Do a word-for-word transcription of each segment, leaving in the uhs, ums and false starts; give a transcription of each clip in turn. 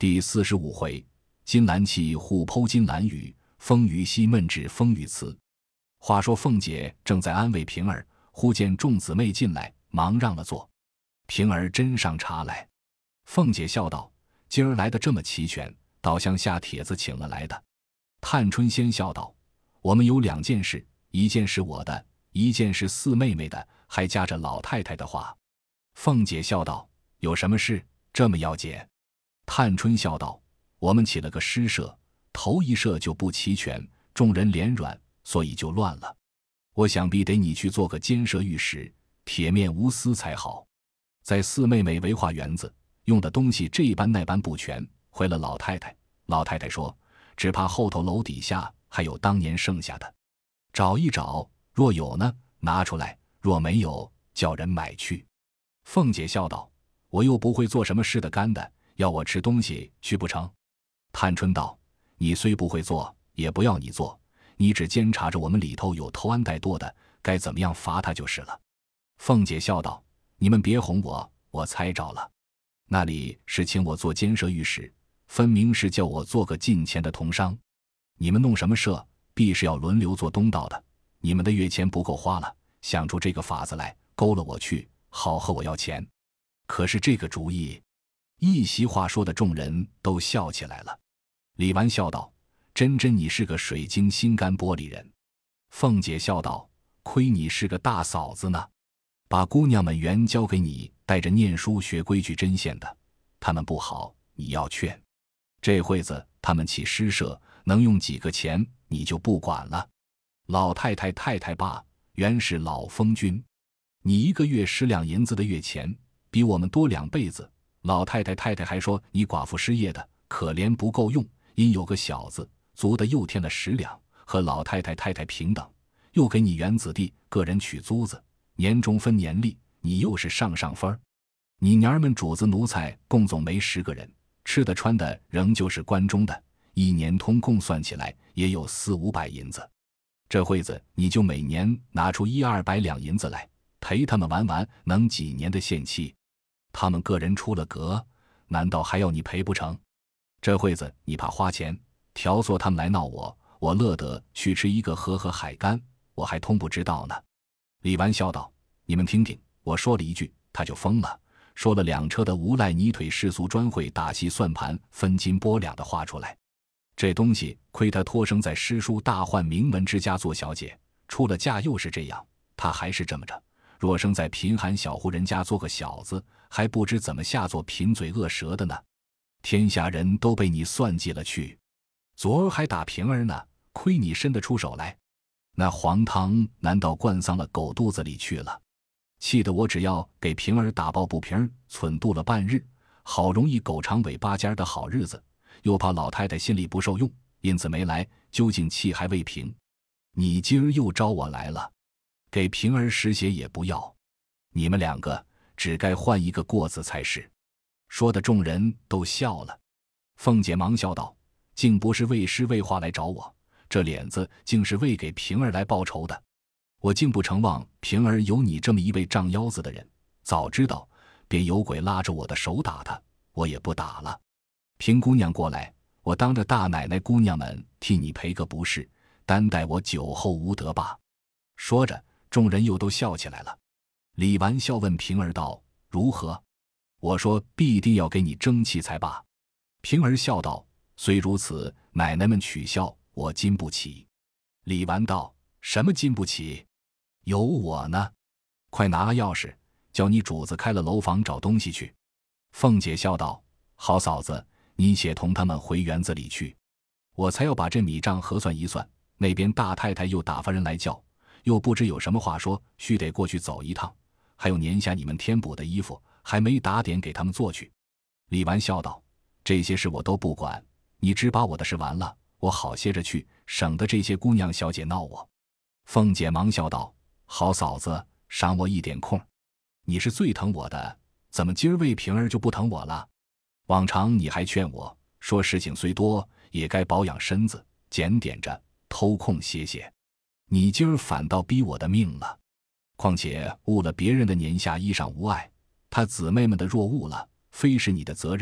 第四十五回，金兰气互剖金兰语，风雨息闷至风雨词。话说凤姐正在安慰平儿，忽见众姊妹进来，忙让了座。平儿斟上茶来，凤姐笑道：“今儿来的这么齐全，倒像下帖子请了来的。”探春先笑道：“我们有两件事，一件是我的，一件是四妹妹的，还夹着老太太的话。”凤姐笑道：“有什么事这么要紧？”探春笑道：“我们起了个诗社，头一社就不齐全，众人脸软，所以就乱了。我想必得你去做个监舍御史，铁面无私才好。在四妹妹维化园子用的东西这般那般不全，回了老太太，老太太说只怕后头楼底下还有当年剩下的，找一找，若有呢拿出来，若没有叫人买去。”凤姐笑道：“我又不会做什么事的干的，要我吃东西去不成？”探春道：“你虽不会做，也不要你做，你只监察着我们里头有偷安带多的，该怎么样罚他就是了。”凤姐笑道：“你们别哄我，我猜着了。那里是请我做监舍御史，分明是叫我做个进钱的同商。你们弄什么社，必是要轮流做东道的，你们的月钱不够花了，想出这个法子来，勾了我去，好和我要钱。可是这个主意……”一席话说的众人都笑起来了。李纨笑道：“真真你是个水晶心肝玻璃人。”凤姐笑道：“亏你是个大嫂子呢，把姑娘们原交给你，带着念书学规矩针线的，他们不好，你要劝。这会子他们起诗社，能用几个钱，你就不管了。老太太太太罢，原是老封君，你一个月十两银子的月钱，比我们多两辈子。老太太太太还说你寡妇失业的，可怜不够用，因有个小子，足的又添了十两，和老太太太太平等，又给你原子弟个人取租子，年终分年例，你又是上上分。你娘儿们主子奴才共总没十个人，吃的穿的仍旧是关中的，一年通共算起来也有四五百银子。这会子你就每年拿出一二百两银子来，陪他们玩玩，能几年的限期？他们个人出了格，难道还要你赔不成？这会子你怕花钱，挑唆他们来闹我，我乐得去吃一个河河海干，我还通不知道呢。”李纨笑道：“你们听听，我说了一句，他就疯了，说了两车的无赖泥腿世俗专会打戏算盘分金拨两的话出来。这东西亏他托生在诗书大宦名门之家做小姐，出了嫁又是这样，他还是这么着。若生在贫寒小户人家做个小子，还不知怎么下作贫嘴恶舌的呢。天下人都被你算计了去，昨儿还打平儿呢，亏你伸得出手来。那黄汤难道灌丧了狗肚子里去了？气得我只要给平儿打抱不平，忖度了半日，好容易狗长尾巴尖的好日子，又怕老太太心里不受用，因此没来，究竟气还未平。你今儿又招我来了，给平儿实写也不要，你们两个只该换一个过字才是。”说的众人都笑了。凤姐忙笑道：“竟不是为诗为画来找我，这脸子竟是为给平儿来报仇的。我竟不承望平儿有你这么一位仗腰子的人，早知道便有鬼拉着我的手打他，我也不打了。平姑娘过来，我当着大奶奶姑娘们替你赔个不是，单待我酒后无德罢。”说着众人又都笑起来了。李纨笑问平儿道：“如何？”我说：“必定要给你争气才罢。”平儿笑道：“虽如此，奶奶们取笑，我禁不起。”李纨道：“什么禁不起？有我呢，快拿个钥匙，叫你主子开了楼房找东西去。”凤姐笑道：“好嫂子，你且同他们回园子里去，我才要把这米账核算一算，那边大太太又打发人来叫，又不知有什么话说，须得过去走一趟，还有年下你们添补的衣服还没打点给他们做去。”李纨笑道：“这些事我都不管，你只把我的事完了，我好歇着去，省得这些姑娘小姐闹我。”凤姐忙笑道：“好嫂子，赏我一点空，你是最疼我的，怎么今儿为平儿就不疼我了？往常你还劝我说事情虽多，也该保养身子，检点着，偷空歇歇。你今儿反倒逼我的命了。况且误了别人的年下衣裳无碍，他姊妹们的若误了，非是你的责任，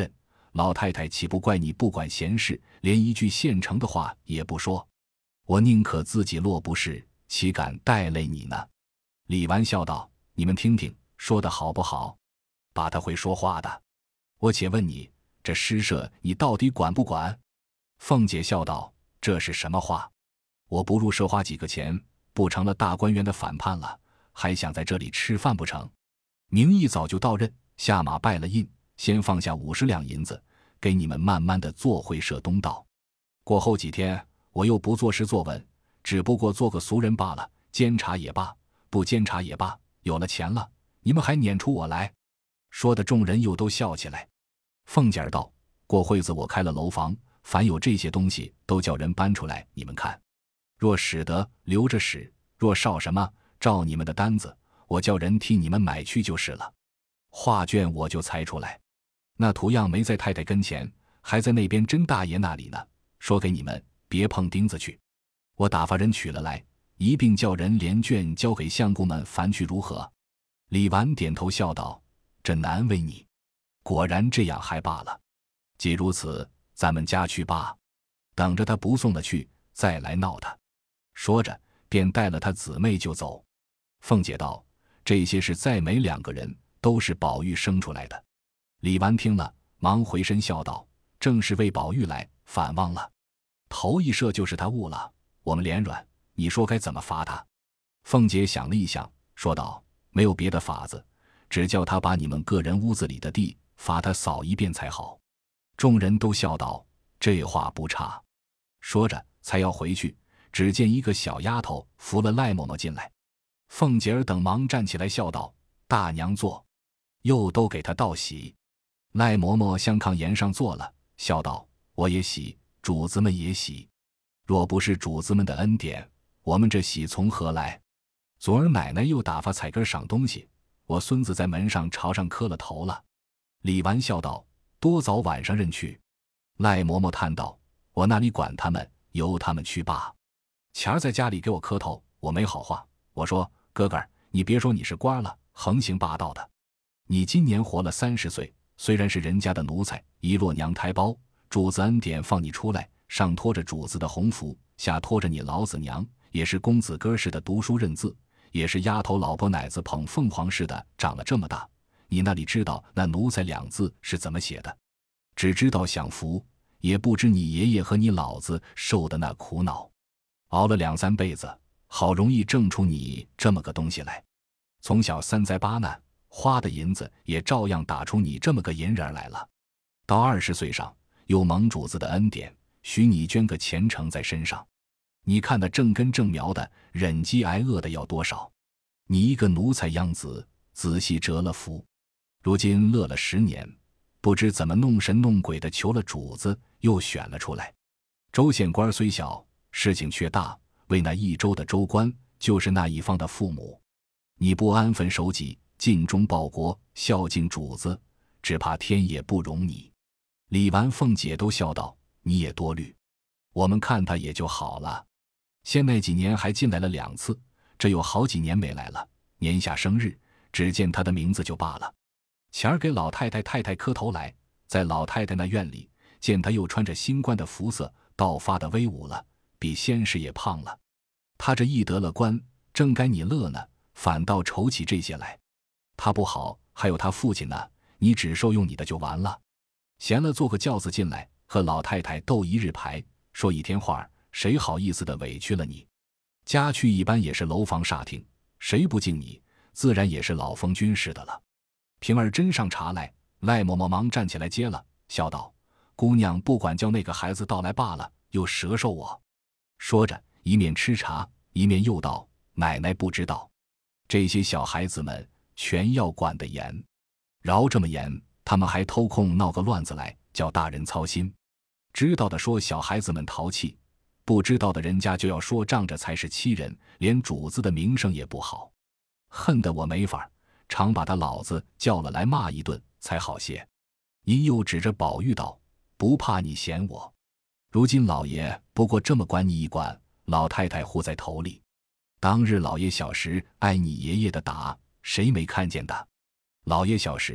老太太岂不怪你不管闲事，连一句现成的话也不说？我宁可自己落不是，岂敢带累你呢？”李纨笑道：“你们听听，说的好不好？把他会说话的。我且问你，这诗社你到底管不管？”凤姐笑道：“这是什么话？我不入社花几个钱，不成了大观园的反叛了，还想在这里吃饭不成？明一早就到任，下马拜了印，先放下五十两银子，给你们慢慢的做会社东道。过后几天，我又不做事做文，只不过做个俗人罢了，监察也罢，不监察也罢，有了钱了，你们还撵出我来。”说的众人又都笑起来。凤姐儿道：“过会子我开了楼房，凡有这些东西都叫人搬出来，你们看，若使得留着使，若少什么，照你们的单子，我叫人替你们买去就是了。画卷我就裁出来，那图样没在太太跟前，还在那边甄大爷那里呢，说给你们，别碰钉子去。我打发人取了来，一并叫人连卷交给相公们烦去，如何？”李纨点头笑道：“这难为你，果然这样还罢了。既如此，咱们家去罢，等着他不送了去，再来闹他。”说着便带了他姊妹就走。凤姐道：“这些是再没两个人，都是宝玉生出来的。”李纨听了，忙回身笑道：“正是为宝玉来，反忘了。头一射就是他误了，我们脸软，你说该怎么罚他？”凤姐想了一想，说道：“没有别的法子，只叫他把你们个人屋子里的地罚他扫一遍才好。”众人都笑道：“这话不差。”说着才要回去，只见一个小丫头扶了赖嬷嬷进来。凤姐儿等忙站起来笑道：“大娘坐。”又都给她道喜。赖嬷嬷向炕沿上坐了，笑道：“我也喜，主子们也喜。若不是主子们的恩典，我们这喜从何来？昨儿奶奶又打发彩根赏东西，我孙子在门上朝上磕了头了。”李纨笑道：“多早晚上认去？”赖嬷嬷叹道：“我那里管他们，由他们去罢。前儿在家里给我磕头，我没好话，我说哥哥，你别说你是官了，横行霸道的。你今年活了三十岁，虽然是人家的奴才，一落娘胎包，主子恩典放你出来，上托着主子的红福，下托着你老子娘，也是公子哥似的读书认字，也是丫头老婆奶子捧凤凰似的长了这么大，你那里知道那奴才两字是怎么写的？只知道享福，也不知你爷爷和你老子受的那苦恼，熬了两三辈子，好容易挣出你这么个东西来。从小三灾八难，花的银子也照样打出你这么个银人来了。到二十岁上，又蒙主子的恩典，许你捐个前程在身上。你看那正根正苗的，忍饥挨饿的要多少？你一个奴才养子，仔细折了福，如今乐了十年，不知怎么弄神弄鬼的求了主子，又选了出来。州县官虽小，事情却大，为那一州的州官，就是那一方的父母。你不安分守己，尽忠报国，孝敬主子，只怕天也不容你。李纨、凤姐都笑道：“你也多虑，我们看他也就好了。先那几年还进来了两次，这有好几年没来了。年下生日，只见他的名字就罢了。前儿给老太太太太磕头来，在老太太那院里，见他又穿着新冠的服色，倒发的威武了，比先时也胖了。他这一得了官，正该你乐呢，反倒愁起这些来。他不好，还有他父亲呢，你只受用你的就完了。闲了坐个轿子进来，和老太太斗一日牌，说一天话，谁好意思的委屈了你？家去一般也是楼房煞厅，谁不敬你，自然也是老封君似的了。平儿斟上茶来，赖嬷嬷忙站起来接了，笑道：“姑娘不管叫那个孩子到来罢了，又折寿我。”说着一面吃茶，一面又道：“奶奶不知道，这些小孩子们全要管得严，饶这么严，他们还偷空闹个乱子来，叫大人操心。知道的说小孩子们淘气，不知道的人家就要说仗着才是欺人，连主子的名声也不好，恨得我没法，常把他老子叫了来骂一顿才好些。”因又指着宝玉道：“不怕你嫌我，如今老爷不过这么管你一管，老太太护在头里。当日老爷小时挨你爷爷的打，谁没看见的？老爷小时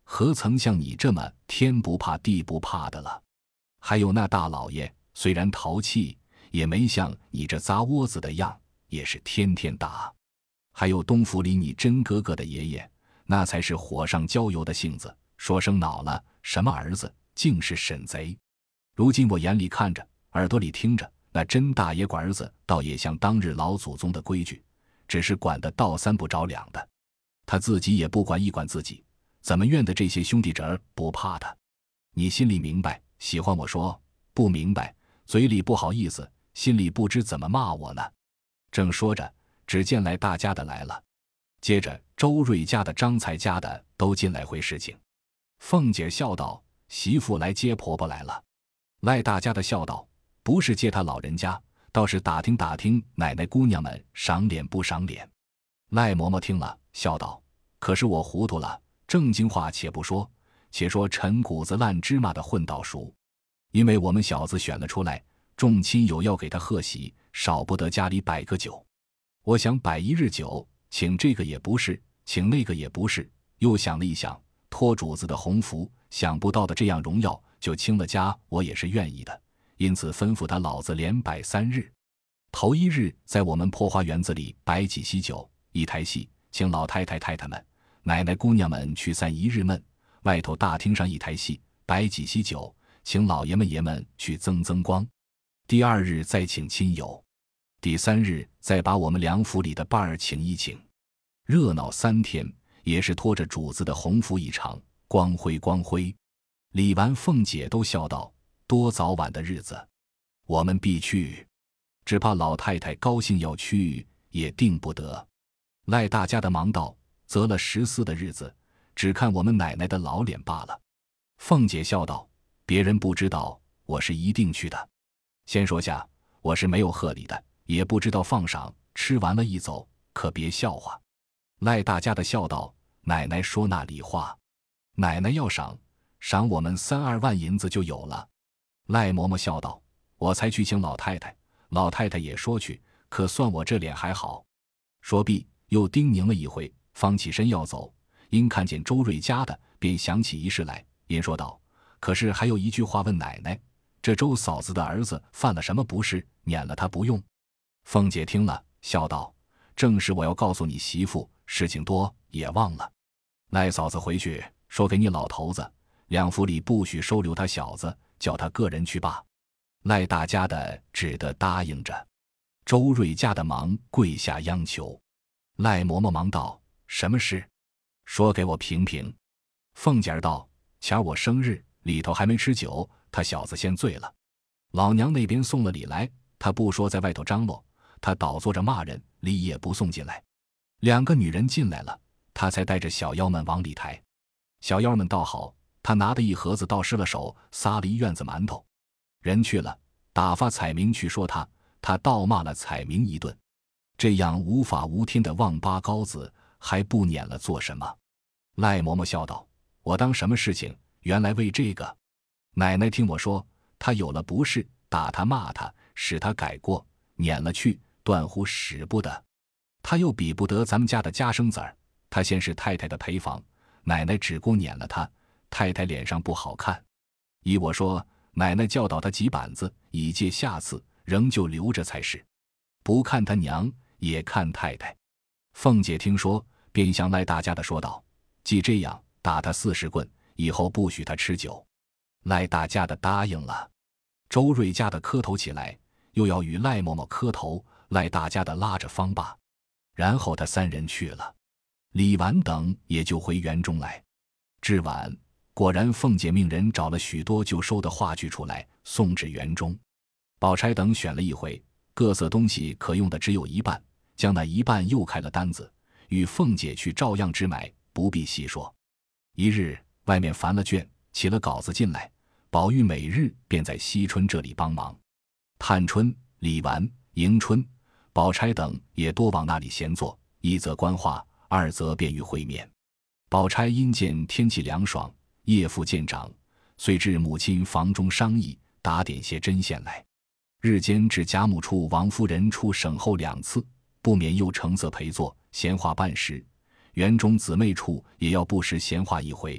何曾像你这么天不怕地不怕的了？还有那大老爷，虽然淘气，也没像你这砸窝子的样，也是天天打。还有东府里你真哥哥的爷爷，那才是火上浇油的性子，说声恼了，什么儿子，竟是沈贼。如今我眼里看着，耳朵里听着，那真大爷管儿子倒也像当日老祖宗的规矩，只是管得倒三不着两的。他自己也不管一管自己，怎么怨的这些兄弟侄儿不怕他？你心里明白，喜欢我说；不明白，嘴里不好意思，心里不知怎么骂我呢。正说着，只见来大家的来了，接着周瑞家的、张才家的都进来回事情。凤姐笑道：“媳妇来接婆婆来了。”赖大家的笑道：“不是接他老人家，倒是打听打听奶奶姑娘们赏脸不赏脸。”赖嬷嬷听了，笑道：“可是我糊涂了，正经话且不说，且说陈谷子烂芝麻的混到熟。因为我们小子选了出来，众亲友要给他贺喜，少不得家里摆个酒。我想摆一日酒，请这个也不是，请那个也不是，又想了一想，托主子的鸿福，想不到的这样荣耀，就清了家，我也是愿意的。因此吩咐他老子连摆三日。头一日在我们破花园子里摆几席酒，一台戏，请老太太太太们、奶奶姑娘们去散一日闷；外头大厅上一台戏，摆几席酒，请老爷们爷们去增增光。第二日再请亲友，第三日再把我们梁府里的伴儿请一请，热闹三天，也是拖着主子的鸿福一场，光辉光辉。李纨、凤姐都笑道：“多早晚的日子，我们必去，只怕老太太高兴要去，也定不得。”赖大家的忙道：“择了十四的日子，只看我们奶奶的老脸罢了。”凤姐笑道：“别人不知道，我是一定去的。先说下，我是没有贺礼的，也不知道放赏，吃完了一走，可别笑话。”赖大家的笑道：“奶奶说那里话？奶奶要赏，赏我们三二万银子就有了。”赖嬷嬷笑道：“我才去请老太太，老太太也说去，可算我这脸还好。”说毕，又叮咛了一回，方起身要走，因看见周瑞家的，便想起一事来，因说道：“可是还有一句话问奶奶，这周嫂子的儿子犯了什么不是，撵了他不用？”凤姐听了，笑道：“正是我要告诉你媳妇，事情多，也忘了。赖嫂子回去说给你老头子，两府里不许收留他小子，叫他个人去罢。”赖大家的只得答应着。周瑞家的忙跪下央求。赖嬷嬷忙道：“什么事？说给我评评。”凤姐儿道：“前儿我生日，里头还没吃酒，他小子先醉了。老娘那边送了礼来，他不说在外头张罗，他倒坐着骂人，礼也不送进来。两个女人进来了，他才带着小妖们往里抬。小妖们倒好，他拿的一盒子倒失了手，撒了一院子馒头。人去了，打发彩明去说他，他倒骂了彩明一顿。这样无法无天的王八羔子，还不撵了做什么？”赖嬷嬷笑道：“我当什么事情，原来为这个。奶奶听我说，他有了不是，打他骂他，使他改过，撵了去，断乎使不得。他又比不得咱们家的家生子儿，他先是太太的陪房，奶奶只顾撵了他，太太脸上不好看。依我说，奶奶教导他几板子，以戒下次仍旧留着才是。不看他娘，也看太太。”凤姐听说，便向赖大家的说道：“既这样，打他四十棍，以后不许他吃酒。”赖大家的答应了。周瑞家的磕头起来，又要与赖嬷嬷磕头，赖大家的拉着方罢。然后他三人去了，李纨等也就回园中来。至晚，果然凤姐命人找了许多旧收的话剧出来，送至园中。宝钗等选了一回，各色东西可用的只有一半，将那一半又开了单子，与凤姐去照样之买，不必细说。一日，外面烦了卷，起了稿子进来，宝玉每日便在惜春这里帮忙。探春、李纨、迎春、宝钗等也多往那里闲坐，一则观画，二则便于会面。宝钗因见天气凉爽，夜复见长，遂至母亲房中商议，打点些针线来。日间至贾母处、王夫人处省候两次，不免又成色陪坐，闲话半时。园中姊妹处也要不时闲话一回，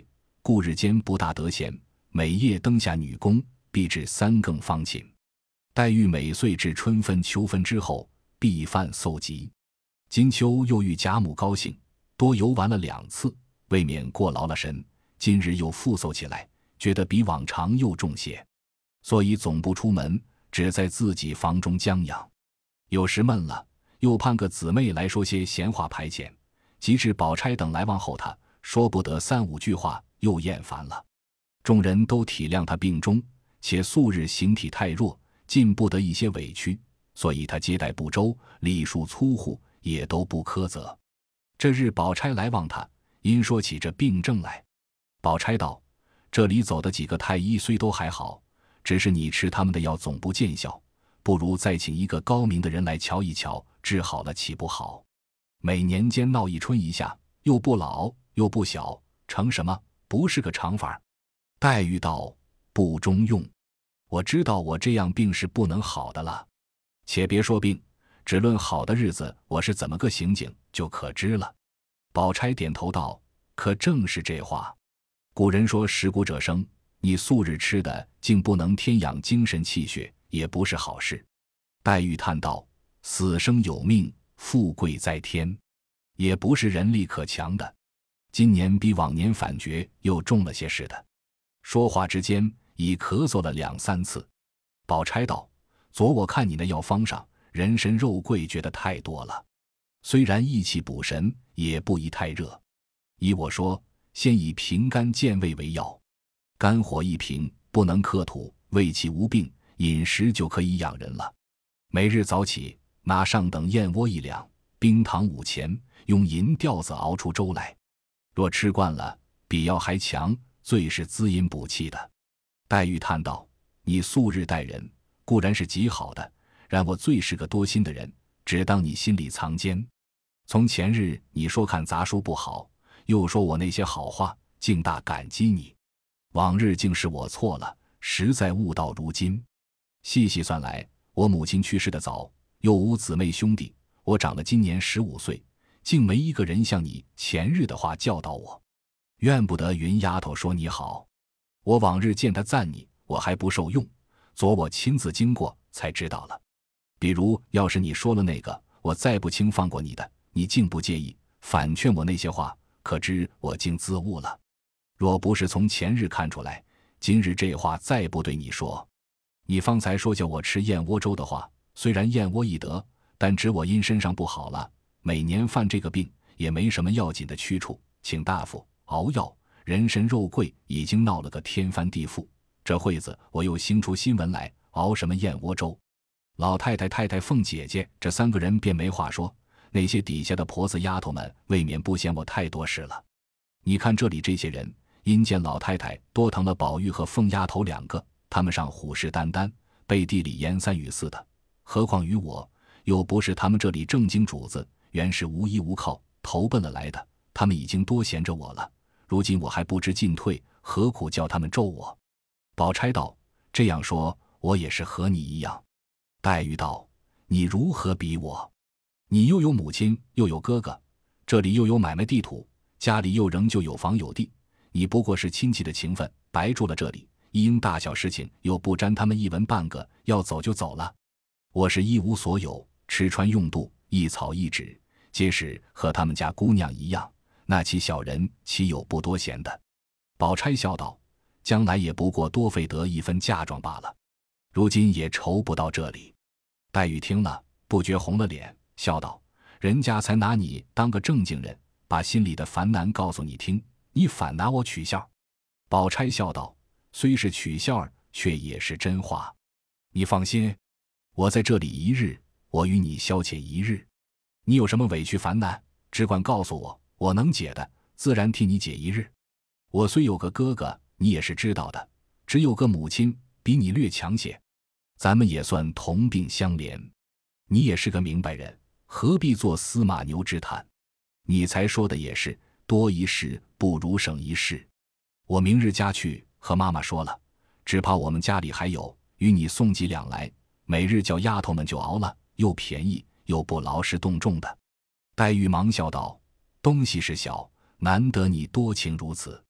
故日间不大得闲，每夜灯下女工，必至三更方寝。黛玉每岁至春分秋分之后，必犯嗽疾。今秋又遇贾母高兴，多游玩了两次，未免过劳了神，今日又复嗽起来，觉得比往常又重些，所以总不出门，只在自己房中将养。有时闷了，又盼个姊妹来说些闲话排遣，及至宝钗等来望后，他说不得三五句话，又厌烦了。众人都体谅他病中，且素日形体太弱，禁不得一些委屈，所以他接待不周，礼数粗忽，也都不苛责。这日宝钗来望他，因说起这病症来。宝钗道：这里走的几个太医虽都还好，只是你吃他们的药总不见效，不如再请一个高明的人来瞧一瞧，治好了岂不好？每年间闹一春一夏，又不老又不小，成什么？不是个常法。黛玉道：不中用，我知道我这样病是不能好的了。且别说病，只论好的日子我是怎么个行径，就可知了。宝钗点头道：可正是这话。古人说食谷者生，你素日吃的竟不能添养精神气血，也不是好事。黛玉叹道：死生有命，富贵在天，也不是人力可强的。今年比往年反觉又重了些似的。说话之间已咳嗽了两三次。宝钗道：昨我看你那药方上人参肉桂觉得太多了，虽然益气补神，也不宜太热。依我说，先以平肝健胃为要，肝火一平，不能克土，胃气无病，饮食就可以养人了。每日早起，拿上等燕窝一两，冰糖五钱，用银吊子熬出粥来。若吃惯了，比药还强，最是滋阴补气的。黛玉叹道：你素日待人固然是极好的，然我最是个多心的人，只当你心里藏奸。从前日你说看杂书不好，又说我那些好话，竟大感激你。往日竟是我错了，实在悟到如今。细细算来，我母亲去世的早，又无姊妹兄弟，我长了今年十五岁，竟没一个人像你前日的话教导我。怨不得云丫头说你好，我往日见她赞你，我还不受用，昨我亲自经过才知道了。比如要是你说了那个，我再不轻放过你的，你竟不介意，反劝我那些话，可知我竟自误了。若不是从前日看出来，今日这话再不对你说。你方才说叫我吃燕窝粥的话，虽然燕窝易得，但指我因身上不好了，每年犯这个病，也没什么要紧的去处，请大夫熬药，人参肉桂已经闹了个天翻地覆，这会子我又兴出新闻来，熬什么燕窝粥。老太太、太太、凤姐姐这三个人便没话说，那些底下的婆子丫头们未免不嫌我太多事了。你看这里这些人，因见老太太多疼了宝玉和凤丫头两个，他们上虎视眈眈，背地里言三语四的，何况于我，又不是他们这里正经主子，原是无依无靠投奔了来的，他们已经多闲着我了，如今我还不知进退，何苦叫他们咒我？宝钗道：这样说，我也是和你一样。黛玉道：你如何比我？你又有母亲，又有哥哥，这里又有买卖地土，家里又仍旧有房有地，你不过是亲戚的情分，白住了这里，一应大小事情又不沾他们一文半个，要走就走了。我是一无所有，吃穿用度一草一纸，皆是和他们家姑娘一样，那其小人岂有不多闲的？宝钗笑道：将来也不过多费得一分嫁妆罢了，如今也愁不到这里。黛玉听了，不觉红了脸，笑道：人家才拿你当个正经人，把心里的烦难告诉你听，你反拿我取笑。宝钗笑道：虽是取笑，却也是真话。你放心，我在这里一日，我与你消遣一日。你有什么委屈烦难，只管告诉我，我能解的，自然替你解一日。我虽有个哥哥，你也是知道的，只有个母亲，比你略强些，咱们也算同病相怜。你也是个明白人，何必做司马牛之叹？你才说的也是，多一事不如省一事。我明日家去和妈妈说了，只怕我们家里还有，与你送几两来，每日叫丫头们就熬了，又便宜又不劳师动众的。黛玉忙笑道：东西是小，难得你多情如此。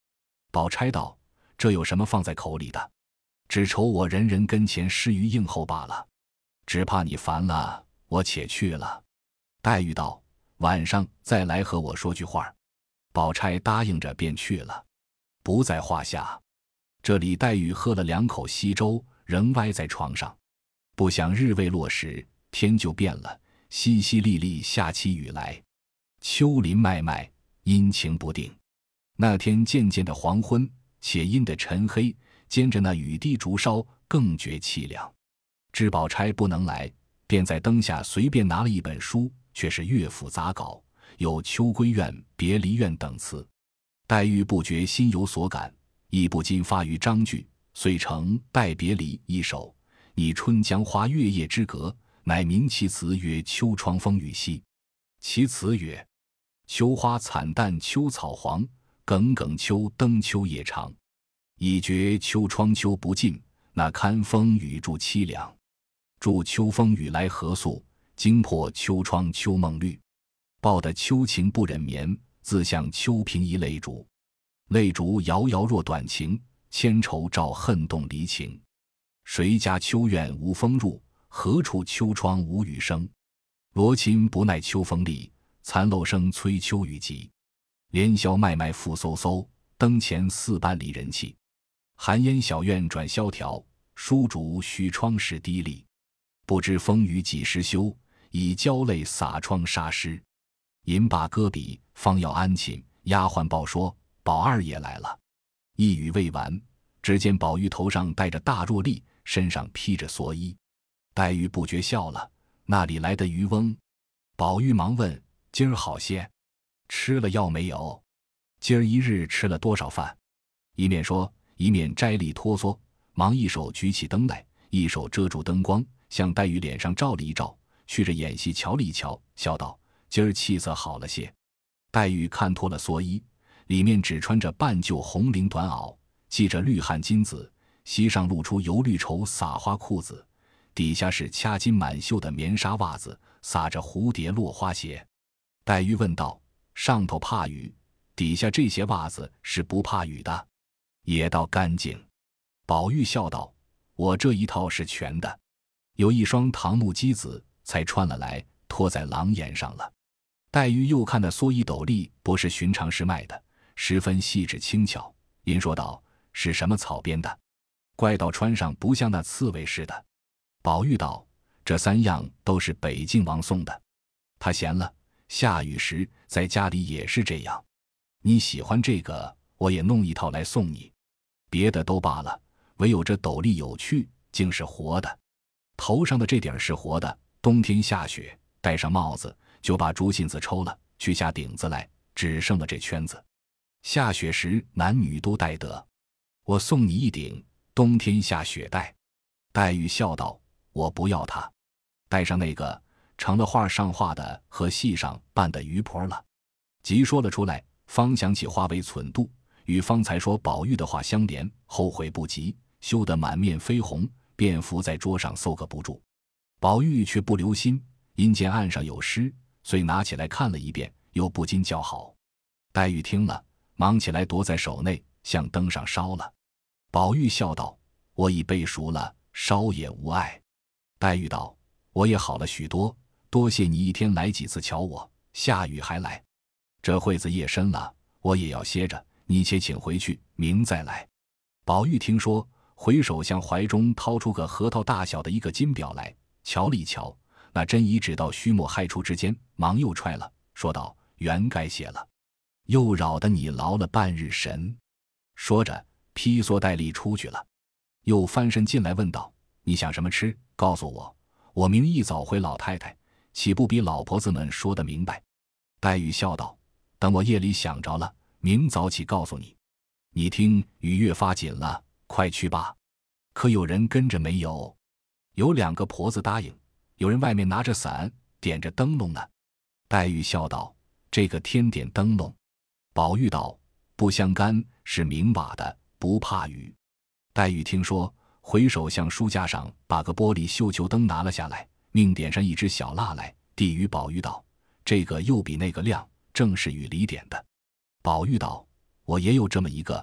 宝钗道：“这有什么放在口里的？只愁我人人跟前失于应候罢了，只怕你烦了，我且去了。”黛玉道：“晚上再来和我说句话。”宝钗答应着便去了，不在话下。这里黛玉喝了两口稀粥，仍歪在床上，不想日未落时，天就变了，淅淅沥沥下起雨来，秋林脉脉，阴晴不定。那天渐渐的黄昏，且阴的沉黑，兼着那雨滴竹梢，更觉凄凉。知宝钗不能来，便在灯下随便拿了一本书，却是乐府杂稿，有《秋闺怨》《别离怨》等词。黛玉不觉心有所感，亦不禁发于章句，遂成《待别离》一首，拟春江花月夜之隔，乃名其词曰《秋窗风雨夕》。其词曰：秋花惨淡秋草黄，耿耿秋灯秋夜长。已觉秋窗秋不尽，那堪风雨助凄凉。祝秋风雨来何宿，惊破秋窗秋梦绿。报得秋情不忍眠，自向秋萍一泪烛。泪烛遥遥若短情，千愁照恨动离情。谁家秋院无风入，何处秋窗无雨声。罗衾不耐秋风力，残漏声催秋雨急。连宵脉脉复飕飕，灯前似半离人气。寒烟小院转萧条，疏竹虚窗时低立。不知风雨几时休，以娇泪洒窗纱湿。吟罢歌笔，方要安寝，丫鬟报说宝二爷来了。一语未完，只见宝玉头上戴着大箬笠，身上披着蓑衣。黛玉不觉笑了，那里来的渔翁？宝玉忙问：今儿好些？吃了药没有？今儿一日吃了多少饭？一面说，一面摘笠脱蓑，忙一手举起灯来，一手遮住灯光，向黛玉脸上照了一照，蓄着眼戏瞧了一瞧，笑道：今儿气色好了些。黛玉看脱了蓑衣，里面只穿着半旧红绫短袄，系着绿汗金子，膝上露出油绿绸撒花裤子，底下是掐金满绣的棉纱袜子，撒着蝴蝶落花鞋。黛玉问道：上头怕雨，底下这些袜子是不怕雨的？也倒干净。宝玉笑道：我这一套是全的，有一双唐木屐子，才穿了来，脱在廊檐上了。黛玉又看那蓑衣斗笠，不是寻常时卖的，十分细致轻巧，因说道：是什么草编的？怪道穿上不像那刺猬似的。宝玉道：这三样都是北静王送的，他嫌了，下雨时在家里也是这样。你喜欢这个，我也弄一套来送你。别的都罢了，唯有这斗笠有趣，竟是活的。头上的这顶是活的，冬天下雪，戴上帽子，就把竹信子抽了，去下顶子来，只剩了这圈子。下雪时男女都戴得。我送你一顶，冬天下雪戴。黛玉笑道：我不要它，戴上那个成了画上画的和戏上扮的渔婆了。即说了出来，方想起话为忖度，与方才说宝玉的话相连，后悔不及，羞得满面绯红，便伏在桌上搜个不住。宝玉却不留心，因见案上有诗，遂拿起来看了一遍，又不禁叫好。黛玉听了，忙起来夺在手内，向灯上烧了。宝玉笑道：我已背熟了，烧也无碍。黛玉道：我也好了许多，多谢你一天来几次瞧我，下雨还来。这会子夜深了，我也要歇着，你且请回去，明再来。宝玉听说，回手向怀中掏出个核桃大小的一个金表来，瞧了一瞧，那针已指到须末亥初之间，忙又揣了，说道：原该谢了，又扰得你劳了半日神。说着披蓑戴笠出去了，又翻身进来问道：你想什么吃？告诉我，我明一早回老太太，岂不比老婆子们说得明白？黛玉笑道：等我夜里想着了，明早起告诉你。你听雨越发紧了，快去吧。可有人跟着没有？有两个婆子答应，有人外面拿着伞，点着灯笼呢。黛玉笑道：这个天点灯笼。宝玉道：不相干，是明瓦的，不怕雨。黛玉听说，回手向书架上把个玻璃绣球灯拿了下来，命点上一支小蜡来，递与宝玉道：这个又比那个亮，正是与里点的。宝玉道：我也有这么一个，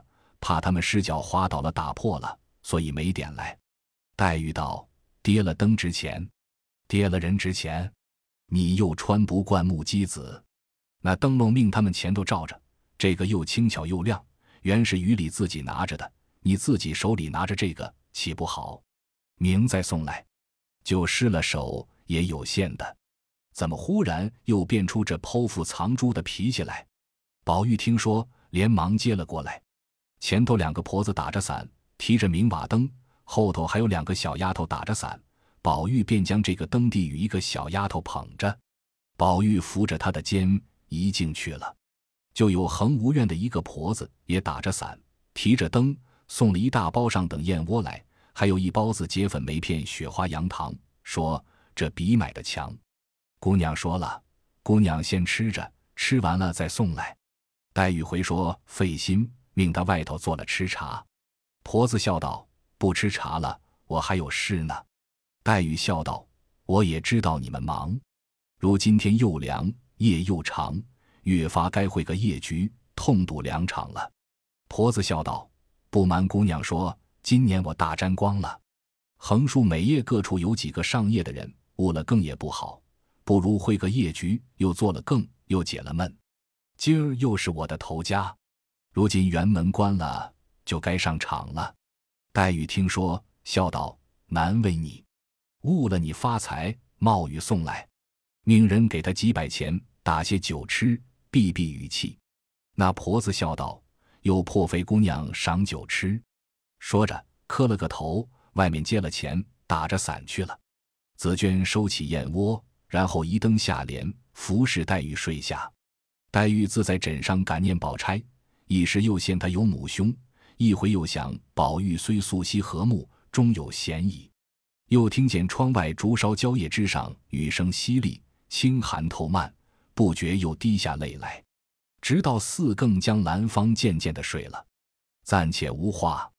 怕他们失脚滑倒了打破了，所以没点来。黛玉道：跌了灯值钱，跌了人值钱，你又穿不惯木屐子。那灯笼命他们前头照着，这个又轻巧又亮，原是于里自己拿着的，你自己手里拿着这个岂不好？明再送来，就失了手也有限的。怎么忽然又变出这剖腹藏珠的脾气来？宝玉听说，连忙接了过来。前头两个婆子打着伞，提着明瓦灯，后头还有两个小丫头打着伞，宝玉便将这个灯递与一个小丫头捧着。宝玉扶着她的肩一径去了。就有恒无院的一个婆子也打着伞，提着灯，送了一大包上等燕窝来，还有一包子结粉梅片雪花羊糖，说这比买的强。姑娘说了，姑娘先吃着，吃完了再送来。黛玉回说费心，命她外头做了吃茶。婆子笑道：不吃茶了，我还有事呢。黛玉笑道：我也知道你们忙，如今天又凉，夜又长，越发该会个夜局，痛赌两场了。婆子笑道：不瞒姑娘说，今年我大沾光了，横竖每夜各处有几个上夜的人，误了更也不好，不如会个夜局，又做了更，又解了闷。今儿又是我的头家，如今辕门关了，就该上场了。黛玉听说，笑道：难为你，误了你发财，冒雨送来，命人给他几百钱，打些酒吃，避避雨气。那婆子笑道：又破费姑娘赏酒吃。说着磕了个头，外面接了钱，打着伞去了。紫鹃收起燕窝，然后移灯下帘，服侍黛玉睡下。黛玉自在枕上感念宝钗，一时又嫌她有母兄，一回又想宝玉虽素惜和睦，终有嫌疑。又听见窗外竹梢蕉叶之上雨声淅沥，清寒透漫，不觉又滴下泪来。直到四更将兰芳渐渐地睡了。暂且无话。